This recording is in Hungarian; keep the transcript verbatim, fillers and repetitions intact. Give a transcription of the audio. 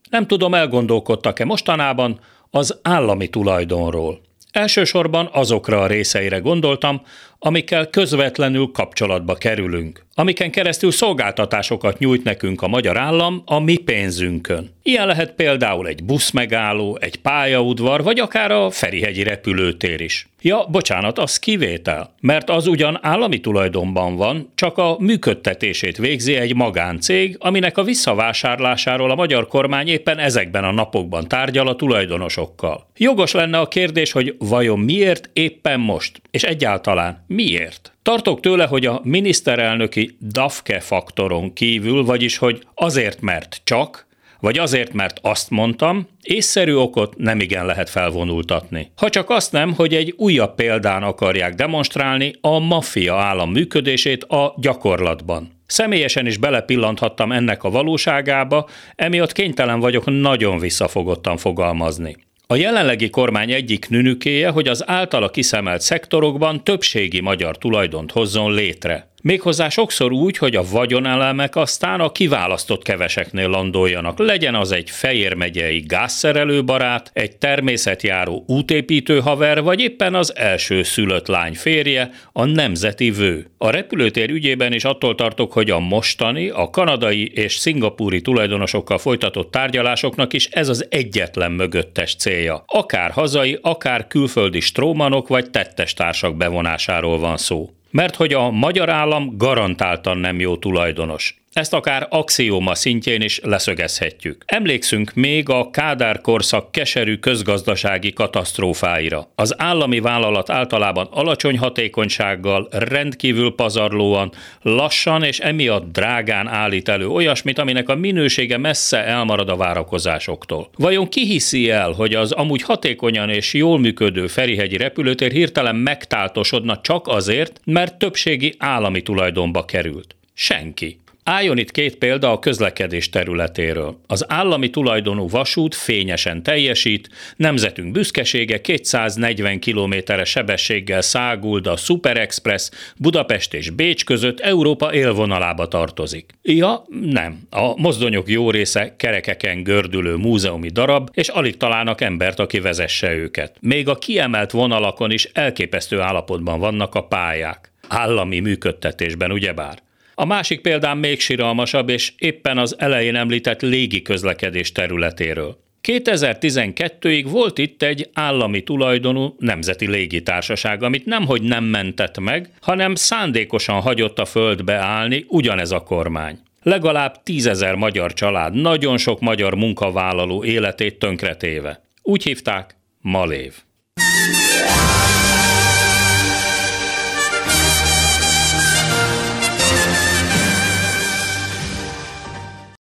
Nem tudom, elgondolkodtak-e mostanában az állami tulajdonról. Elsősorban azokra a részeire gondoltam, amikkel közvetlenül kapcsolatba kerülünk, amiken keresztül szolgáltatásokat nyújt nekünk a magyar állam a mi pénzünkön. Ilyen lehet például egy buszmegálló, egy pályaudvar, vagy akár a Ferihegyi repülőtér is. Ja, bocsánat, az kivétel, mert az ugyan állami tulajdonban van, csak a működtetését végzi egy magáncég, aminek a visszavásárlásáról a magyar kormány éppen ezekben a napokban tárgyal a tulajdonosokkal. Jogos lenne a kérdés, hogy vajon miért éppen most, és egyáltalán miért? Tartok tőle, hogy a miniszterelnöki dafke faktoron kívül, vagyis hogy azért, mert csak, vagy azért, mert azt mondtam, észszerű okot nemigen lehet felvonultatni. Ha csak azt nem, hogy egy újabb példán akarják demonstrálni a maffia állam működését a gyakorlatban. Személyesen is belepillanthattam ennek a valóságába, emiatt kénytelen vagyok nagyon visszafogottan fogalmazni. A jelenlegi kormány egyik nünükéje, hogy az általa kiszemelt szektorokban többségi magyar tulajdont hozzon létre. Méghozzá sokszor úgy, hogy a vagyonelemek aztán a kiválasztott keveseknél landoljanak. Legyen az egy Fejér megyei gázszerelő barát, egy természetjáró útépítő haver, vagy éppen az első szülött lány férje, a nemzeti vő. A repülőtér ügyében is attól tartok, hogy a mostani, a kanadai és szingapúri tulajdonosokkal folytatott tárgyalásoknak is ez az egyetlen mögöttes célja. Akár hazai, akár külföldi strómanok vagy tettestársak bevonásáról van szó. Mert hogy a magyar állam garantáltan nem jó tulajdonos. Ezt akár axióma szintjén is leszögezhetjük. Emlékszünk még a Kádár korszak keserű közgazdasági katasztrófáira. Az állami vállalat általában alacsony hatékonysággal, rendkívül pazarlóan, lassan és emiatt drágán állít elő olyasmit, aminek a minősége messze elmarad a várakozásoktól. Vajon ki hiszi el, hogy az amúgy hatékonyan és jól működő Ferihegyi repülőtér hirtelen megtáltosodna csak azért, mert többségi állami tulajdonba került? Senki. Álljon itt két példa a közlekedés területéről. Az állami tulajdonú vasút fényesen teljesít, nemzetünk büszkesége kétszáznegyven kilométeres sebességgel száguld a Super Express Budapest és Bécs között Európa élvonalába tartozik. Ja, nem. A mozdonyok jó része kerekeken gördülő múzeumi darab, és alig találnak embert, aki vezesse őket. Még a kiemelt vonalakon is elképesztő állapotban vannak a pályák. Állami működtetésben, ugyebár. A másik példán még siralmasabb, és éppen az elején említett légiközlekedés területéről. kétezer-tizenkettőig volt itt egy állami tulajdonú nemzeti légitársaság, amit nemhogy nem mentett meg, hanem szándékosan hagyott a földbe állni ugyanez a kormány. Legalább tízezer magyar család, nagyon sok magyar munkavállaló életét tönkretéve. Úgy hívták Malév.